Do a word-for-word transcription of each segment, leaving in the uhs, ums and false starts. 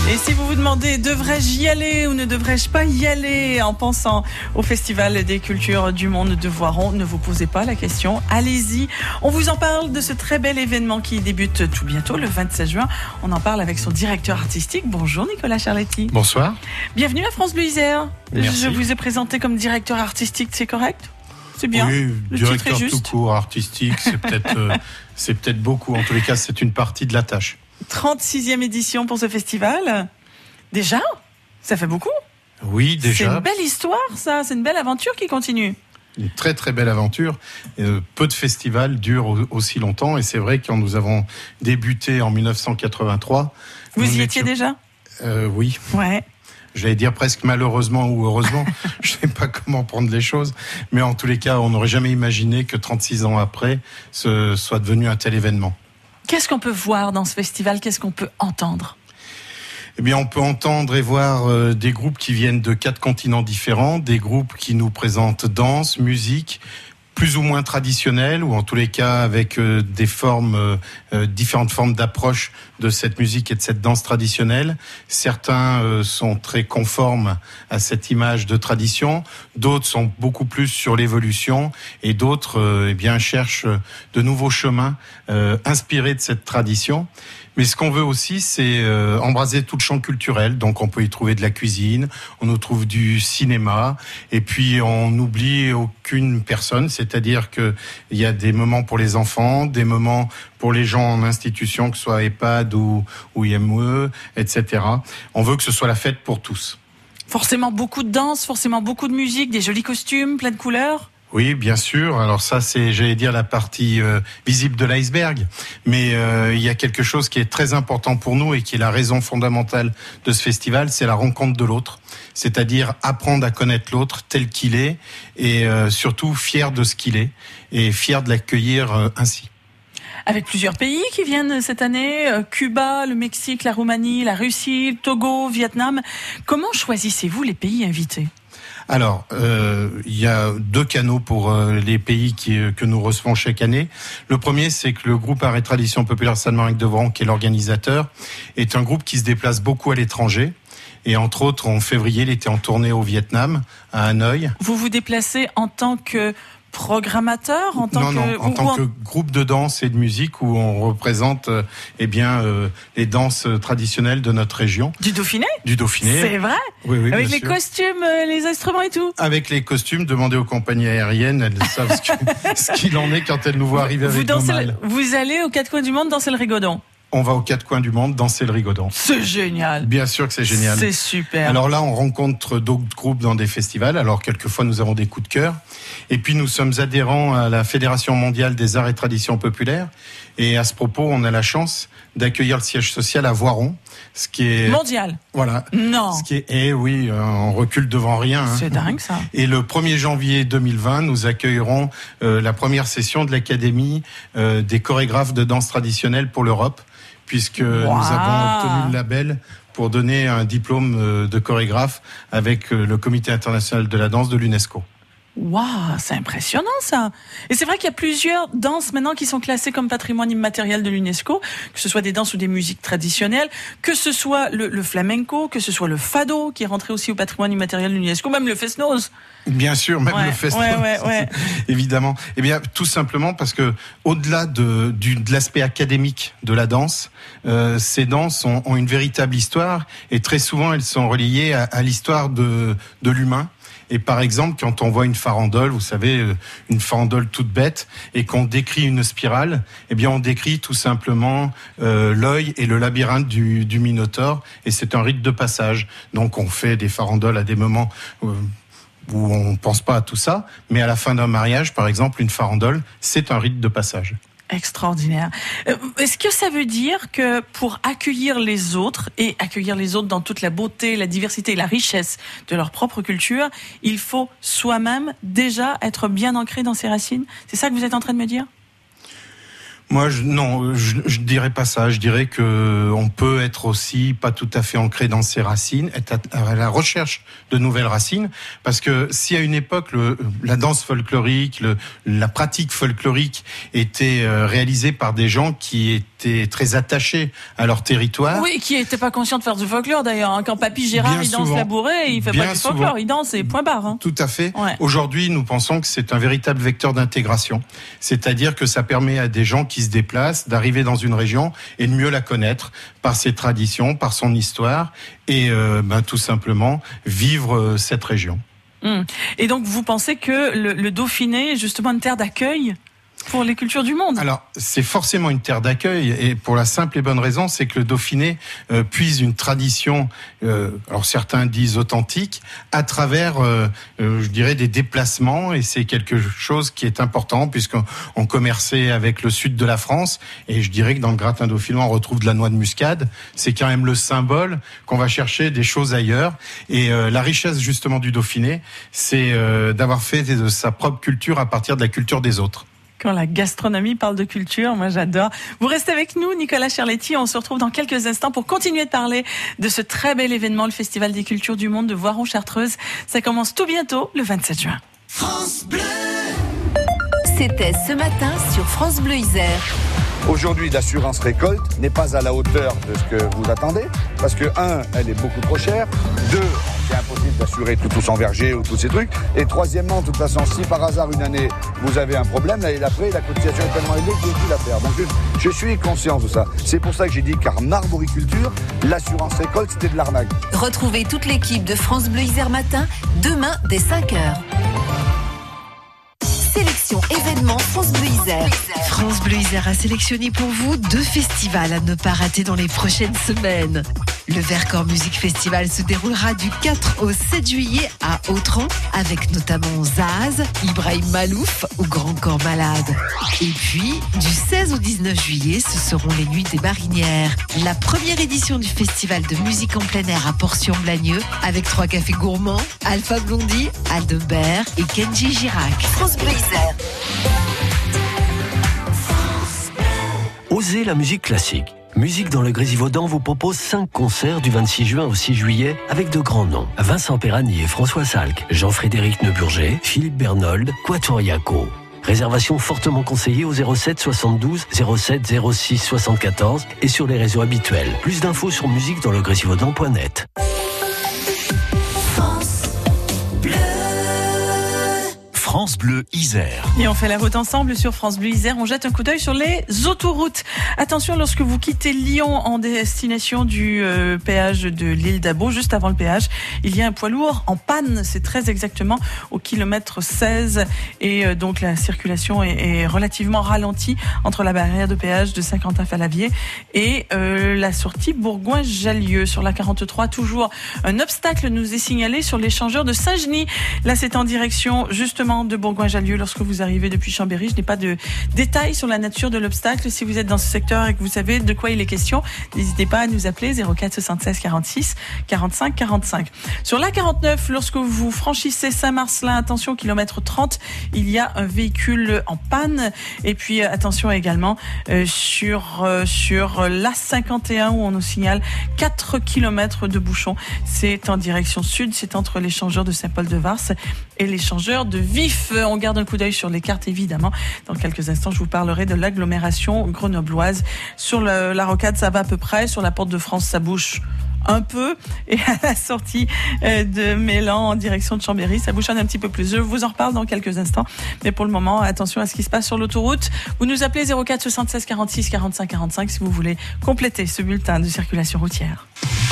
Et si vous vous demandez, devrais-je y aller ou ne devrais-je pas y aller en pensant au Festival des cultures du monde de Voiron, ne vous posez pas la question, allez-y. On vous en parle de ce très bel événement qui débute tout bientôt, le vingt-sept juin. On en parle avec son directeur artistique. Bonjour Nicolas Charletti. Bonsoir. Bienvenue à France Bleu Isère. Merci. Je vous ai présenté comme directeur artistique, c'est correct ? C'est bien. Oui, le directeur titre est tout juste. court, artistique, c'est peut-être, euh, c'est peut-être beaucoup. En tous les cas, c'est une partie de la tâche. trente-sixième édition pour ce festival. Déjà ? Ça fait beaucoup. Oui, déjà. C'est une belle histoire, ça. C'est une belle aventure qui continue. Une très très belle aventure. Euh, peu de festivals durent au- aussi longtemps. Et c'est vrai que quand nous avons débuté en dix-neuf cent quatre-vingt-trois... Vous nous y étions- étiez déjà ? euh, Oui. Ouais. J'allais dire presque malheureusement ou heureusement, je ne sais pas comment prendre les choses, mais en tous les cas, on n'aurait jamais imaginé que trente-six ans après, ce soit devenu un tel événement. Qu'est-ce qu'on peut voir dans ce festival ? Qu'est-ce qu'on peut entendre ? Eh bien, on peut entendre et voir euh, des groupes qui viennent de quatre continents différents, des groupes qui nous présentent danse, musique, plus ou moins traditionnelles, ou en tous les cas avec euh, des formes, euh, euh, différentes formes d'approche de cette musique et de cette danse traditionnelle. Certains euh, sont très conformes à cette image de tradition, d'autres sont beaucoup plus sur l'évolution, et d'autres euh, eh bien cherchent de nouveaux chemins euh, inspirés de cette tradition. Mais ce qu'on veut aussi, c'est euh, embraser tout le champ culturel. Donc on peut y trouver de la cuisine, on y trouve du cinéma, et puis on n'oublie aucune personne. C'est-à-dire que il y a des moments pour les enfants, des moments pour les gens en institution, que ce soit EHPAD ou, ou I M E, et cetera. On veut que ce soit la fête pour tous. Forcément beaucoup de danse, forcément beaucoup de musique, des jolis costumes, plein de couleurs. Oui, bien sûr. Alors ça, c'est, j'allais dire, la partie euh, visible de l'iceberg. Mais euh, il y a quelque chose qui est très important pour nous et qui est la raison fondamentale de ce festival, c'est la rencontre de l'autre. C'est-à-dire apprendre à connaître l'autre tel qu'il est et euh, surtout fier de ce qu'il est et fier de l'accueillir euh, ainsi. Avec plusieurs pays qui viennent cette année, euh, Cuba, le Mexique, la Roumanie, la Russie, le Togo, Vietnam. Comment choisissez-vous les pays invités ? Alors, euh, il y a deux canaux pour euh, les pays qui, euh, que nous recevons chaque année. Le premier, c'est que le groupe Art et Tradition Populaire Salmaric de Voiron, qui est l'organisateur, est un groupe qui se déplace beaucoup à l'étranger. Et entre autres, en février, il était en tournée au Vietnam, à Hanoï. Vous vous déplacez en tant que programmateur, en tant non, que... non, en ou- tant ou que groupe de danse et de musique où on représente euh, eh bien, euh, les danses traditionnelles de notre région. Du Dauphiné ? Du Dauphiné. C'est vrai ? Oui, oui, Avec bien les sûr. costumes, euh, les instruments et tout ? Avec les costumes, demandez aux compagnies aériennes, elles savent ce que- ce qu'il en est quand elles nous voient arriver vous, avec nos dansez malles. le- vous allez aux quatre coins du monde danser le rigodon. On va aux quatre coins du monde danser le rigodon. C'est génial. Bien sûr que c'est génial. C'est super. Alors là, on rencontre d'autres groupes dans des festivals. Alors quelquefois, nous avons des coups de cœur. Et puis, nous sommes adhérents à la Fédération mondiale des arts et traditions populaires. Et à ce propos, on a la chance d'accueillir le siège social à Voiron, ce qui est Mondial. voilà. Non. Ce qui est, eh oui, euh, on recule devant rien. hein. C'est dingue ça. Et le premier janvier deux mille vingt, nous accueillerons euh, la première session de l'Académie euh, des chorégraphes de danse traditionnelle pour l'Europe, puisque Wow. nous avons obtenu le label pour donner un diplôme euh, de chorégraphe avec euh, le Comité international de la danse de l'UNESCO. Waouh, c'est impressionnant ça. Et c'est vrai qu'il y a plusieurs danses maintenant qui sont classées comme patrimoine immatériel de l'UNESCO, que ce soit des danses ou des musiques traditionnelles, que ce soit le, le flamenco, que ce soit le fado qui est rentré aussi au patrimoine immatériel de l'UNESCO, même le fest-noz. Bien sûr, même Ouais, le festival, ouais, ouais, ouais. évidemment. Eh bien, tout simplement parce que, au-delà de, du, de l'aspect académique de la danse, euh, ces danses ont, ont une véritable histoire et très souvent elles sont reliées à, à l'histoire de, de l'humain. Et par exemple, quand on voit une farandole, vous savez, une farandole toute bête, et qu'on décrit une spirale, eh bien, on décrit tout simplement euh, l'œil et le labyrinthe du, du Minotaure, et c'est un rite de passage. Donc, on fait des farandoles à des moments euh, où on pense pas à tout ça, mais à la fin d'un mariage, par exemple, une farandole, c'est un rite de passage. Extraordinaire. Euh, Est-ce que ça veut dire que pour accueillir les autres, et accueillir les autres dans toute la beauté, la diversité et la richesse de leur propre culture, il faut soi-même déjà être bien ancré dans ses racines ? C'est ça que vous êtes en train de me dire ? Moi, je, non, je, je dirais pas ça. Je dirais que on peut être aussi pas tout à fait ancré dans ses racines, être à, à la recherche de nouvelles racines. Parce que si à une époque le, la danse folklorique, le, la pratique folklorique était euh, réalisée par des gens qui étaient étaient très attachés à leur territoire. Oui, qui n'étaient pas conscients de faire du folklore d'ailleurs. Hein. Quand Papy Gérard, bien il danse souvent, la bourrée, il fait pas du folklore, souvent. il danse et point barre. Hein. Tout à fait. Ouais. Aujourd'hui, nous pensons que c'est un véritable vecteur d'intégration. C'est-à-dire que ça permet à des gens qui se déplacent d'arriver dans une région et de mieux la connaître par ses traditions, par son histoire et euh, ben, tout simplement vivre euh, cette région. Hum. Et donc, vous pensez que le, le Dauphiné est justement une terre d'accueil pour les cultures du monde? Alors, c'est forcément une terre d'accueil, et pour la simple et bonne raison, c'est que le Dauphiné euh, puise une tradition, euh, alors certains disent authentique, à travers, euh, euh, je dirais, des déplacements, et c'est quelque chose qui est important, puisqu'on on commerçait avec le sud de la France, et je dirais que dans le gratin dauphinois, on retrouve de la noix de muscade, c'est quand même le symbole qu'on va chercher des choses ailleurs, et euh, la richesse justement du Dauphiné, c'est euh, d'avoir fait de sa propre culture à partir de la culture des autres. Quand la gastronomie parle de culture, moi j'adore. Vous restez avec nous, Nicolas Charletti. On se retrouve dans quelques instants pour continuer de parler de ce très bel événement, le Festival des cultures du monde de Voiron-Chartreuse. Ça commence tout bientôt, le vingt-sept juin. France Bleu. C'était ce matin sur France Bleu Isère. Aujourd'hui, l'assurance récolte n'est pas à la hauteur de ce que vous attendez, parce que, un, elle est beaucoup trop chère, deux, c'est impossible d'assurer tout, tout son verger ou tous ces trucs, et troisièmement, de toute façon, si par hasard une année, vous avez un problème, l'année d'après, la cotisation est tellement élevée que vous n'avez plus la faire. Donc je, je suis conscient de ça. C'est pour ça que j'ai dit qu'en arboriculture, l'assurance récolte, c'était de l'arnaque. Retrouvez toute l'équipe de France Bleu Isère Matin, demain dès cinq heures. Sélection événements France Bleu Isère. France Bleu Isère a sélectionné pour vous deux festivals à ne pas rater dans les prochaines semaines. Le Vercors Music Festival se déroulera du quatre au sept juillet à Autran, avec notamment Zaz, Ibrahim Malouf ou Grand Corps Malade. Et puis, du seize au dix-neuf juillet, ce seront les Nuits des Marinières, la première édition du festival de musique en plein air à Portion-Blagneux, avec trois cafés gourmands, Alpha Blondie, Aldebert et Kenji Girac. France Bleu Isère. Osez la musique classique. Musique dans le Grésivaudan vous propose cinq concerts du vingt-six juin au six juillet avec de grands noms. Vincent Perrani et François Salk, Jean-Frédéric Neuburger, Philippe Bernold, Quattoriaco. Réservation fortement conseillée au zéro sept soixante-douze zéro sept zéro six soixante-quatorze et sur les réseaux habituels. Plus d'infos sur musique dans le grésivaudan point net. France Bleu Isère. Et on fait la route ensemble sur France Bleu Isère. On jette un coup d'œil sur les autoroutes. Attention, lorsque vous quittez Lyon en destination du euh, péage de l'île d'Abo, juste avant le péage, il y a un poids lourd en panne. C'est très exactement au kilomètre seize. Et euh, donc la circulation est, est relativement ralentie entre la barrière de péage de Saint-Quentin-Fallavier et euh, la sortie Bourgoin-Jallieu. Sur la quarante-trois, toujours un obstacle nous est signalé sur l'échangeur de Saint-Genis. Là, c'est en direction justement de Bourgoin-Jallieu lorsque vous arrivez depuis Chambéry. Je n'ai pas de détails sur la nature de l'obstacle. Si vous êtes dans ce secteur et que vous savez de quoi il est question, n'hésitez pas à nous appeler zéro quatre soixante-seize quarante-six quarante-cinq quarante-cinq. Sur la quarante-neuf, lorsque vous franchissez Saint-Marcelin, attention, kilomètre trente, il y a un véhicule en panne. Et puis attention également euh, sur, euh, sur l'A cinquante et un où on nous signale quatre kilomètres de bouchons. C'est en direction sud, c'est entre l'échangeur de Saint-Paul-de-Vars et l'échangeur de Vif. On garde un coup d'œil sur les cartes, évidemment. Dans quelques instants, je vous parlerai de l'agglomération grenobloise. Sur le, la rocade, ça va à peu près. Sur la Porte de France, ça bouche un peu. Et à la sortie de Mélan en direction de Chambéry, ça bouchonne un petit peu plus. Je vous en reparle dans quelques instants. Mais pour le moment, attention à ce qui se passe sur l'autoroute. Vous nous appelez zéro quatre soixante-seize quarante-six quarante-cinq quarante-cinq si vous voulez compléter ce bulletin de circulation routière.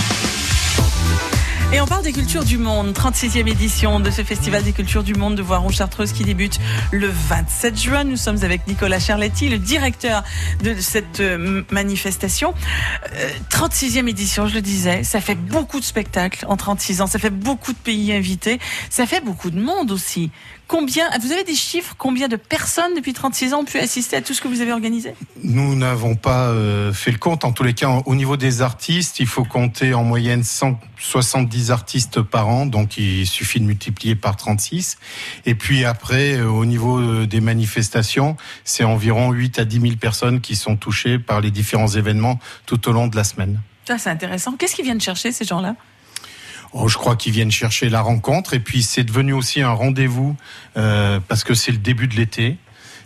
Et on parle des cultures du monde, trente-sixième édition de ce Festival des cultures du monde de Voiron-Chartreuse qui débute le vingt-sept juin. Nous sommes avec Nicolas Charletti, le directeur de cette manifestation. Euh, trente-sixième édition, je le disais, ça fait beaucoup de spectacles en trente-six ans, ça fait beaucoup de pays invités, ça fait beaucoup de monde aussi. Combien, vous avez des chiffres, combien de personnes depuis trente-six ans ont pu assister à tout ce que vous avez organisé ? Nous n'avons pas euh, fait le compte. En tous les cas, au niveau des artistes, il faut compter en moyenne cent soixante-dix artistes par an, donc il suffit de multiplier par trente-six. Et puis après, euh, au niveau euh, des manifestations, c'est environ huit à dix mille personnes qui sont touchées par les différents événements tout au long de la semaine. Ça, c'est intéressant. Qu'est-ce qu'ils viennent chercher, ces gens-là ? Oh, je crois qu'ils viennent chercher la rencontre, et puis c'est devenu aussi un rendez-vous euh, parce que c'est le début de l'été.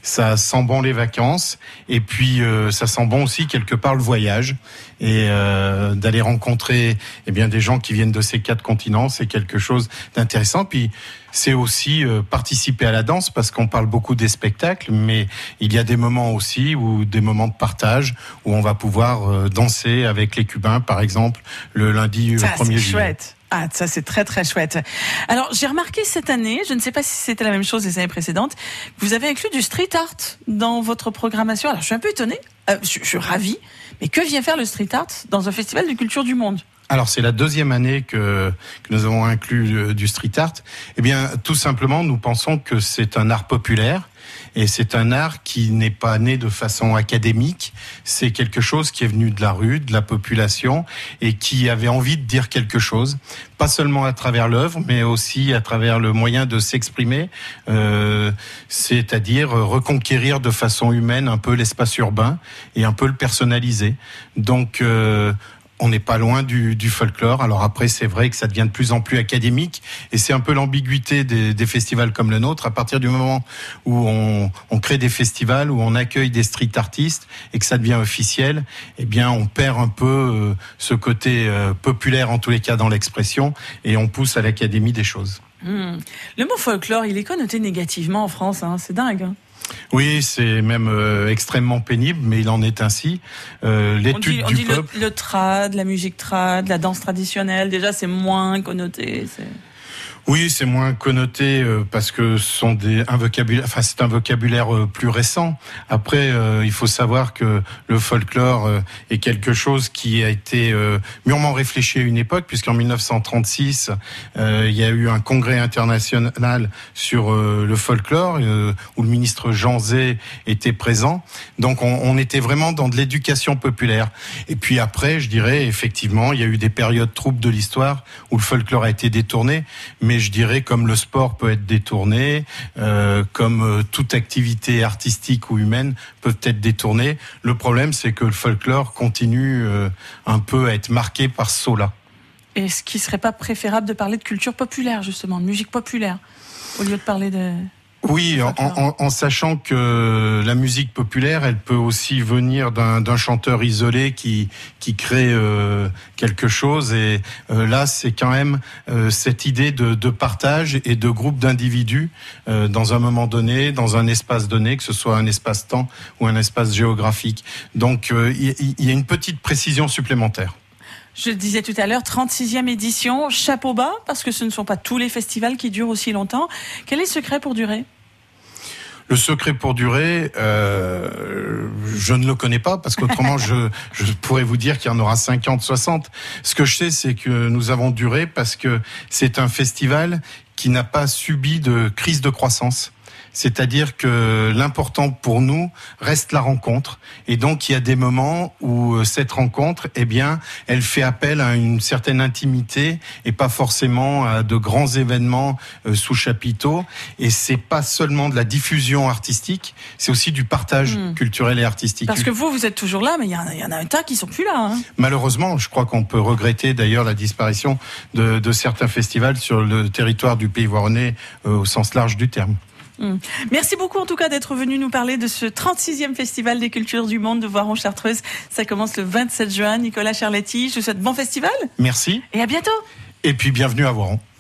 ça sent bon les vacances, et puis euh, ça sent bon aussi quelque part le voyage, et euh, d'aller rencontrer eh bien des gens qui viennent de ces quatre continents, c'est quelque chose d'intéressant. Puis c'est aussi euh, participer à la danse, parce qu'on parle beaucoup des spectacles, mais il y a des moments aussi, ou des moments de partage, où on va pouvoir euh, danser avec les Cubains, par exemple, le lundi ça, premier juillet. Chouette. Ah, ça c'est très très chouette. Alors j'ai remarqué cette année, je ne sais pas si c'était la même chose les années précédentes, vous avez inclus du street art dans votre programmation. Alors je suis un peu étonnée, euh, je, je suis ravie, mais que vient faire le street art dans un festival de culture du monde ? Alors c'est la deuxième année que, que nous avons inclus du street art. Eh bien tout simplement nous pensons que c'est un art populaire. Et c'est un art qui n'est pas né de façon académique, c'est quelque chose qui est venu de la rue, de la population, et qui avait envie de dire quelque chose, pas seulement à travers l'œuvre, mais aussi à travers le moyen de s'exprimer, euh, c'est-à-dire reconquérir de façon humaine un peu l'espace urbain et un peu le personnaliser. Donc euh, on n'est pas loin du, du folklore. Alors après, c'est vrai que ça devient de plus en plus académique, et c'est un peu l'ambiguïté des, des festivals comme le nôtre. À partir du moment où on, on crée des festivals, où on accueille des street artistes et que ça devient officiel, eh bien, on perd un peu euh, ce côté euh, populaire, en tous les cas dans l'expression, et on pousse à l'académie des choses. Mmh. Le mot folklore, il est connoté négativement en France, hein. C'est dingue. Hein. Oui, c'est même euh, extrêmement pénible, mais il en est ainsi. Euh, l'étude on dit, on du dit peuple... le, le trad, la musique trad, la danse traditionnelle, déjà c'est moins connoté. C'est... Oui, c'est moins connoté euh, parce que ce sont des un vocabulaire, enfin c'est un vocabulaire euh, plus récent. Après, euh, il faut savoir que le folklore euh, est quelque chose qui a été euh, mûrement réfléchi à une époque, puisqu'en dix-neuf cent trente-six, euh, il y a eu un congrès international sur euh, le folklore euh, où le ministre Jean Zay était présent. Donc on, on était vraiment dans de l'éducation populaire. Et puis après, je dirais effectivement, il y a eu des périodes troubles de l'histoire où le folklore a été détourné, mais je dirais comme le sport peut être détourné, euh, comme euh, toute activité artistique ou humaine peut être détournée. Le problème, c'est que le folklore continue euh, un peu à être marqué par ce saut-là. Est-ce qu'il ne serait pas préférable de parler de culture populaire, justement, de musique populaire, au lieu de parler de... Oui, en, en, en sachant que la musique populaire, elle peut aussi venir d'un, d'un chanteur isolé qui qui crée euh, quelque chose. Et euh, là, c'est quand même euh, cette idée de, de partage et de groupe d'individus euh, dans un moment donné, dans un espace donné, que ce soit un espace-temps ou un espace géographique. Donc, euh, il y, y a une petite précision supplémentaire. Je le disais tout à l'heure, trente-sixième édition, chapeau bas, parce que ce ne sont pas tous les festivals qui durent aussi longtemps. Quel est le secret pour durer ? Le secret pour durer, euh, je ne le connais pas, parce qu'autrement je, je pourrais vous dire qu'il y en aura cinquante, soixante. Ce que je sais, c'est que nous avons duré parce que c'est un festival qui n'a pas subi de crise de croissance. C'est-à-dire que l'important pour nous reste la rencontre. Et donc, il y a des moments où cette rencontre, eh bien, elle fait appel à une certaine intimité et pas forcément à de grands événements sous chapiteau. Et c'est pas seulement de la diffusion artistique, c'est aussi du partage mmh. culturel et artistique. Parce que vous, vous êtes toujours là, mais il y, y en a un tas qui sont plus là. Hein. Malheureusement, je crois qu'on peut regretter d'ailleurs la disparition de, de certains festivals sur le territoire du Pays Voironnais euh, au sens large du terme. Mmh. Merci beaucoup en tout cas d'être venu nous parler de ce trente-sixième Festival des cultures du monde de Voiron-Chartreuse. Ça commence le vingt-sept juin. Nicolas Charletti, je vous souhaite bon festival. Merci. Et à bientôt. Et puis bienvenue à Voiron.